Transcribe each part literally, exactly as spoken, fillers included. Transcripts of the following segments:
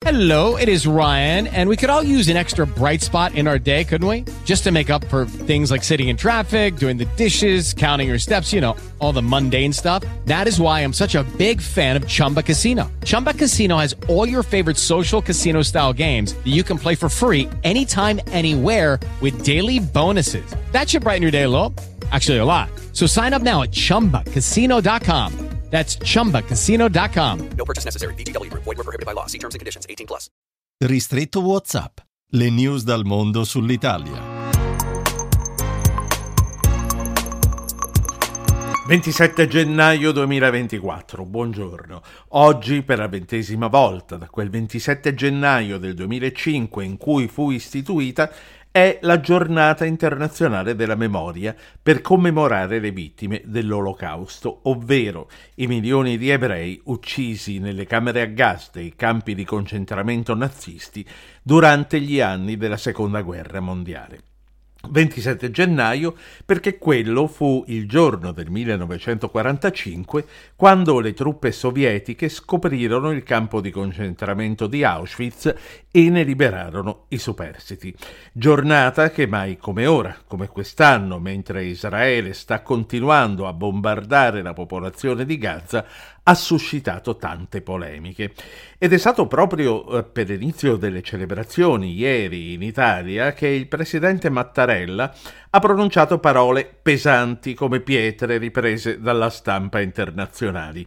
Hello, it is Ryan, and we could all use an extra bright spot in our day, couldn't we? Just to make up for things like sitting in traffic, doing the dishes, counting your steps, you know, all the mundane stuff. That is why I'm such a big fan of Chumba Casino. Chumba Casino has all your favorite social casino-style games that you can play for free anytime, anywhere with daily bonuses. That should brighten your day a little. Actually, a lot. So sign up now at chumba casino dot com. That's chumba casino dot com. No purchase necessary. V G W Group. Void where prohibited by law. See terms and conditions. eighteen plus. Ristretto WhatsApp. Le news dal mondo sull'Italia. ventisette gennaio duemilaventiquattro, buongiorno. Oggi, per la ventesima volta, da quel ventisette gennaio del duemilacinque in cui fu istituita, è la giornata internazionale della memoria per commemorare le vittime dell'Olocausto, ovvero i milioni di ebrei uccisi nelle camere a gas dei campi di concentramento nazisti durante gli anni della Seconda Guerra Mondiale. ventisette gennaio perché quello fu il giorno del millenovecentoquarantacinque quando le truppe sovietiche scoprirono il campo di concentramento di Auschwitz e ne liberarono i superstiti. Giornata che mai come ora, come quest'anno, mentre Israele sta continuando a bombardare la popolazione di Gaza, ha suscitato tante polemiche. Ed è stato proprio per l'inizio delle celebrazioni ieri in Italia che il presidente Mattarella ha pronunciato parole pesanti come pietre riprese dalla stampa internazionali.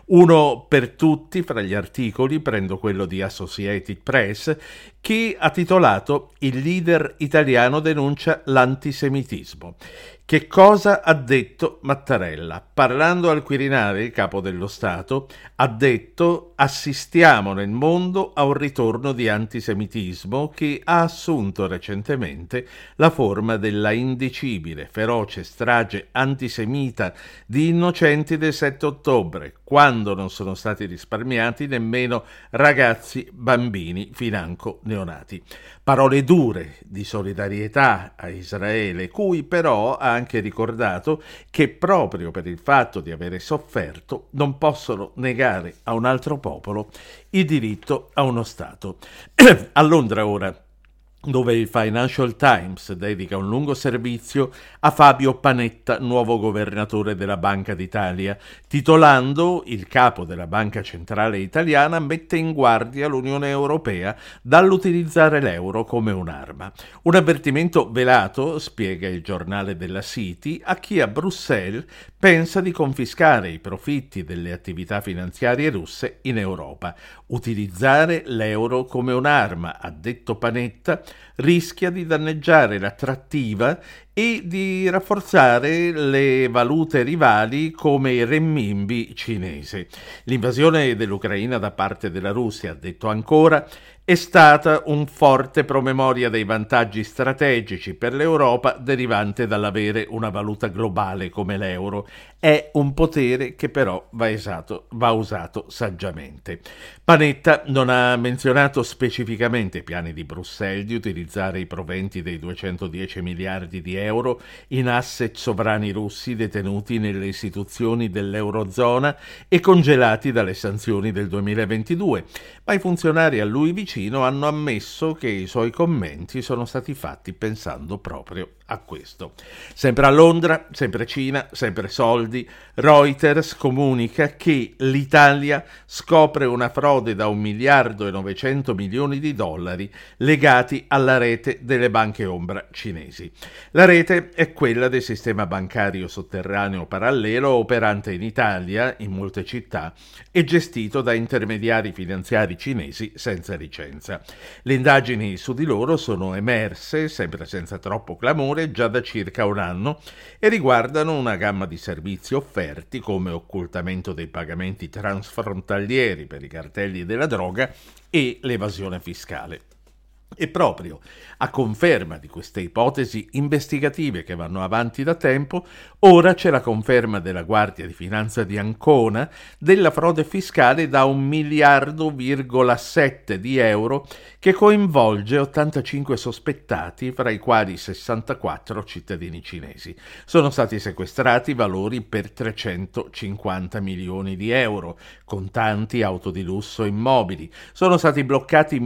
Uno per tutti, fra gli articoli, prendo quello di Associated Press, che ha titolato «Il leader italiano denuncia l'antisemitismo». Che cosa ha detto Mattarella? Parlando al Quirinale, il capo dello Stato ha detto «Assistiamo nel mondo a un ritorno di antisemitismo che ha assunto recentemente la forma della indicibile, feroce strage antisemita di innocenti del sette ottobre, quando non sono stati risparmiati nemmeno ragazzi, bambini, financo neonati». Parole dure di solidarietà a Israele, cui però ha anche ricordato che proprio per il fatto di avere sofferto non possono negare a un altro popolo il diritto a uno Stato. A Londra ora, dove il Financial Times dedica un lungo servizio a Fabio Panetta, nuovo governatore della Banca d'Italia, titolando «Il capo della Banca Centrale Italiana mette in guardia l'Unione Europea dall'utilizzare l'euro come un'arma». Un avvertimento velato, spiega il giornale della City, a chi a Bruxelles pensa di confiscare i profitti delle attività finanziarie russe in Europa. Utilizzare l'euro come un'arma, ha detto Panetta, rischia di danneggiare l'attrattiva e di rafforzare le valute rivali come il renminbi cinese. L'invasione dell'Ucraina da parte della Russia, ha detto ancora, è stata un forte promemoria dei vantaggi strategici per l'Europa derivante dall'avere una valuta globale come l'euro. È un potere che però va usato, va usato saggiamente. Panetta non ha menzionato specificamente i piani di Bruxelles di utilizzare i proventi dei duecentodieci miliardi di euro in asset sovrani russi detenuti nelle istituzioni dell'Eurozona e congelati dalle sanzioni del duemilaventidue, ma i funzionari a lui vicino hanno ammesso che i suoi commenti sono stati fatti pensando proprio a questo. Sempre a Londra, sempre Cina, sempre soldi, Reuters comunica che l'Italia scopre una frode da un miliardo e novecento milioni di dollari legati alla rete delle banche ombra cinesi. La rete è quella del sistema bancario sotterraneo parallelo operante in Italia, in molte città, e gestito da intermediari finanziari cinesi senza licenza. Le indagini su di loro sono emerse, sempre senza troppo clamore, già da circa un anno e riguardano una gamma di servizi offerti come occultamento dei pagamenti transfrontalieri per i cartelli della droga e l'evasione fiscale. E proprio a conferma di queste ipotesi investigative che vanno avanti da tempo, ora c'è la conferma della Guardia di Finanza di Ancona della frode fiscale da un miliardo virgola sette di euro che coinvolge ottantacinque sospettati, fra i quali sessantaquattro cittadini cinesi. Sono stati sequestrati valori per trecentocinquanta milioni di euro, contanti, auto di lusso, immobili. Sono stati bloccati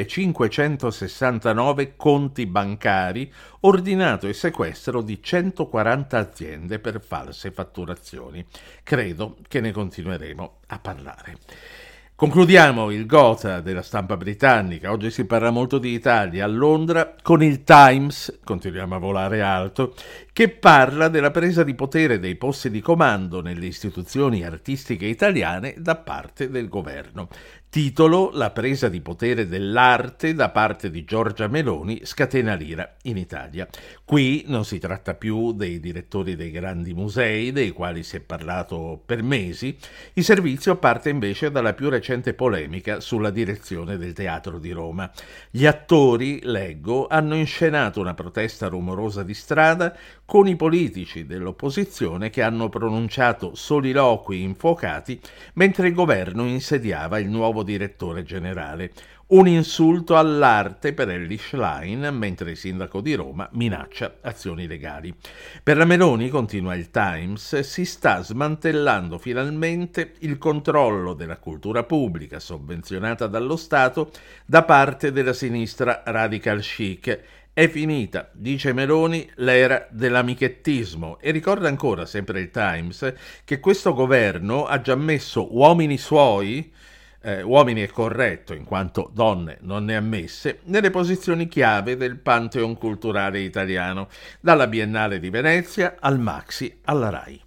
millecinquecentosessantanove conti bancari, ordinato il sequestro di centoquaranta aziende per false fatturazioni. Credo che ne continueremo a parlare. Concludiamo il gotha della stampa britannica, oggi si parla molto di Italia, a Londra, con il Times, continuiamo a volare alto, che parla della presa di potere dei posti di comando nelle istituzioni artistiche italiane da parte del governo. Titolo: La presa di potere dell'arte da parte di Giorgia Meloni scatena l'ira in Italia. Qui non si tratta più dei direttori dei grandi musei, dei quali si è parlato per mesi. Il servizio parte invece dalla più recente polemica sulla direzione del Teatro di Roma. Gli attori, leggo, hanno inscenato una protesta rumorosa di strada con i politici dell'opposizione che hanno pronunciato soliloqui infuocati mentre il governo insediava il nuovo direttore generale. Un insulto all'arte per Elly Schlein, mentre il sindaco di Roma minaccia azioni legali. Per la Meloni, continua il Times, si sta smantellando finalmente il controllo della cultura pubblica sovvenzionata dallo Stato da parte della sinistra radical chic. È finita, dice Meloni, l'era dell'amichettismo, e ricorda ancora, sempre il Times, che questo governo ha già messo uomini suoi, eh, uomini è corretto in quanto donne non ne ha messe, nelle posizioni chiave del pantheon culturale italiano, dalla Biennale di Venezia al Maxi alla Rai.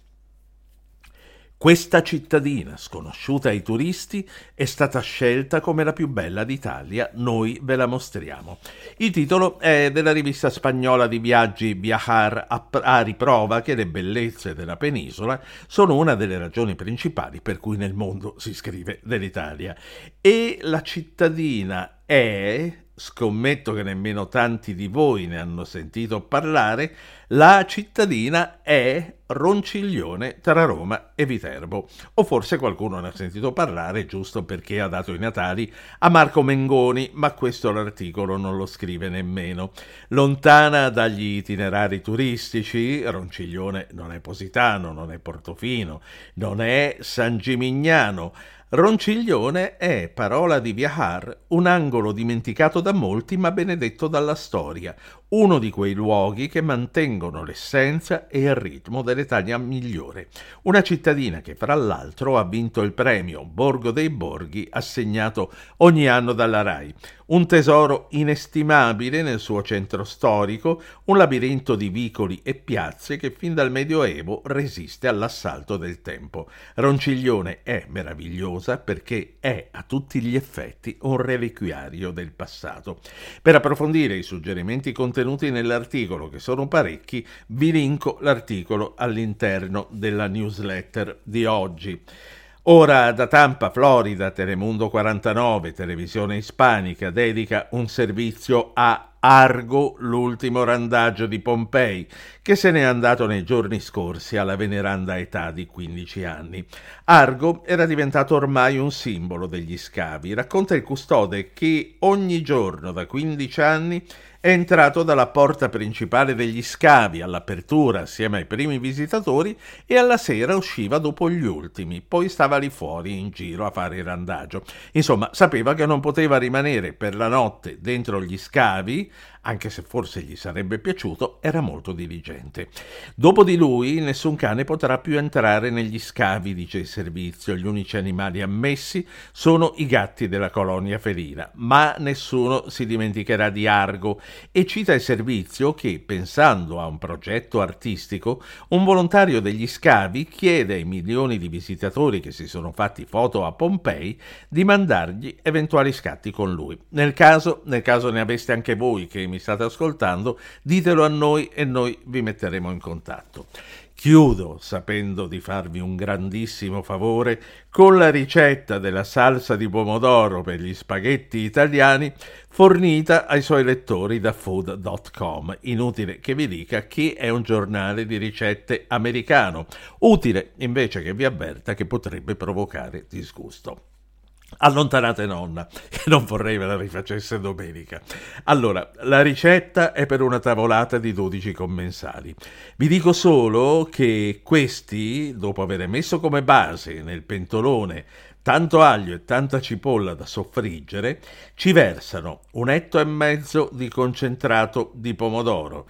Questa cittadina, sconosciuta ai turisti, è stata scelta come la più bella d'Italia, noi ve la mostriamo. Il titolo è della rivista spagnola di viaggi Viajar a riprova che le bellezze della penisola sono una delle ragioni principali per cui nel mondo si scrive dell'Italia. E la cittadina è... scommetto che nemmeno tanti di voi ne hanno sentito parlare, la cittadina è Ronciglione tra Roma e Viterbo. O forse qualcuno ne ha sentito parlare giusto perché ha dato i natali a Marco Mengoni, ma questo l'articolo non lo scrive nemmeno. Lontana dagli itinerari turistici, Ronciglione non è Positano, non è Portofino, non è San Gimignano. Ronciglione è, parola di Viajar, un angolo dimenticato da molti ma benedetto dalla storia, uno di quei luoghi che mantengono l'essenza e il ritmo dell'Italia migliore. Una cittadina che, fra l'altro, ha vinto il premio Borgo dei Borghi assegnato ogni anno dalla Rai. Un tesoro inestimabile nel suo centro storico, un labirinto di vicoli e piazze che fin dal Medioevo resiste all'assalto del tempo. Ronciglione è meravigliosa perché è a tutti gli effetti un reliquiario del passato. Per approfondire i suggerimenti contenuti nell'articolo, che sono parecchi, vi linko l'articolo all'interno della newsletter di oggi. Ora da Tampa, Florida, Telemundo quarantanove, televisione ispanica, dedica un servizio a Argo, l'ultimo randaggio di Pompei, che se n'è andato nei giorni scorsi alla veneranda età di quindici anni. Argo era diventato ormai un simbolo degli scavi. Racconta il custode che ogni giorno da quindici anni è entrato dalla porta principale degli scavi all'apertura assieme ai primi visitatori e alla sera usciva dopo gli ultimi, poi stava lì fuori in giro a fare il randagio. Insomma, sapeva che non poteva rimanere per la notte dentro gli scavi, anche se forse gli sarebbe piaciuto, era molto diligente. Dopo di lui nessun cane potrà più entrare negli scavi, dice il servizio. Gli unici animali ammessi sono i gatti della colonia felina, ma nessuno si dimenticherà di Argo, e cita il servizio che, pensando a un progetto artistico, un volontario degli scavi chiede ai milioni di visitatori che si sono fatti foto a Pompei di mandargli eventuali scatti con lui. Nel caso, nel caso ne aveste anche voi che mi state ascoltando, ditelo a noi e noi vi metteremo in contatto. Chiudo sapendo di farvi un grandissimo favore con la ricetta della salsa di pomodoro per gli spaghetti italiani fornita ai suoi lettori da food punto com. Inutile che vi dica che è un giornale di ricette americano, utile invece che vi avverta che potrebbe provocare disgusto. Allontanate nonna, che non vorrei ve la rifacesse domenica. Allora, la ricetta è per una tavolata di dodici commensali. Vi dico solo che questi, dopo aver messo come base nel pentolone tanto aglio e tanta cipolla da soffriggere, ci versano un etto e mezzo di concentrato di pomodoro,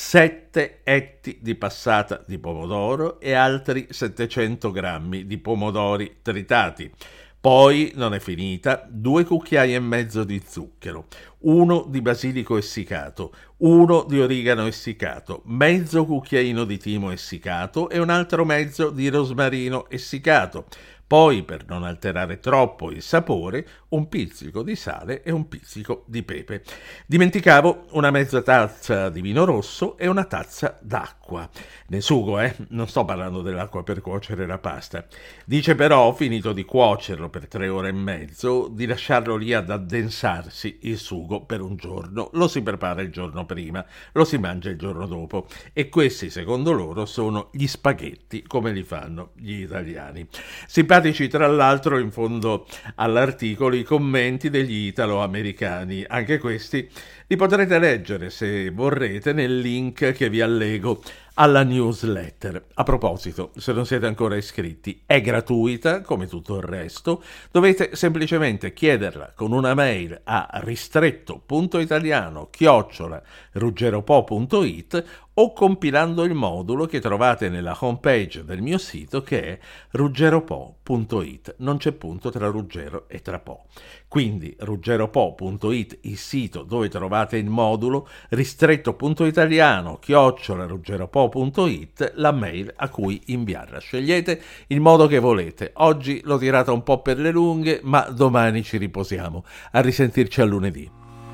sette etti di passata di pomodoro e altri settecento grammi di pomodori tritati. Poi, non è finita, due cucchiai e mezzo di zucchero, uno di basilico essiccato, uno di origano essiccato, mezzo cucchiaino di timo essiccato e un altro mezzo di rosmarino essiccato. Poi, per non alterare troppo il sapore, un pizzico di sale e un pizzico di pepe. Dimenticavo una mezza tazza di vino rosso e una tazza d'acqua. Ne sugo, eh? Non sto parlando dell'acqua per cuocere la pasta. Dice però, finito di cuocerlo per tre ore e mezzo, di lasciarlo lì ad addensarsi il sugo per un giorno. Lo si prepara il giorno prima, lo si mangia il giorno dopo. E questi, secondo loro, sono gli spaghetti come li fanno gli italiani. Simpatici, tra l'altro, in fondo all'articolo, i commenti degli italo-americani. Anche questi li potrete leggere, se vorrete, nel link che vi allego alla newsletter. A proposito, se non siete ancora iscritti, è gratuita come tutto il resto, dovete semplicemente chiederla con una mail a ristretto punto italiano chiocciola ruggeropo punto it o compilando il modulo che trovate nella homepage del mio sito, che è ruggeropo punto it. Non c'è punto tra Ruggero e tra Po. Quindi ruggeropo punto it, il sito dove trovate il modulo, ristretto punto italiano chiocciola ruggeropo punto it, la mail a cui inviarla. Scegliete il modo che volete. Oggi l'ho tirata un po' per le lunghe, ma domani ci riposiamo. A risentirci a lunedì.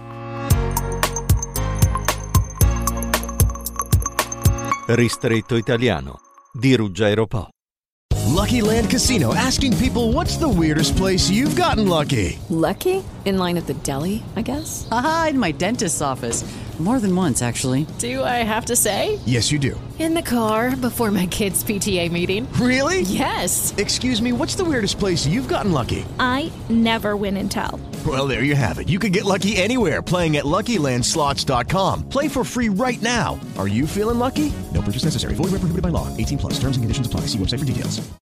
Ristretto Italiano di Ruggero Po. Lucky Land Casino, asking people, what's the weirdest place you've gotten lucky? Lucky? In line at the deli, I guess? Aha, in my dentist's office. More than once, actually. Do I have to say? Yes, you do. In the car before my kids' P T A meeting. Really? Yes. Excuse me, what's the weirdest place you've gotten lucky? I never win and tell. Well, there you have it. You can get lucky anywhere, playing at Lucky Land Slots dot com. Play for free right now. Are you feeling lucky? No purchase necessary. Void where prohibited by law. eighteen plus. Terms and conditions apply. See website for details.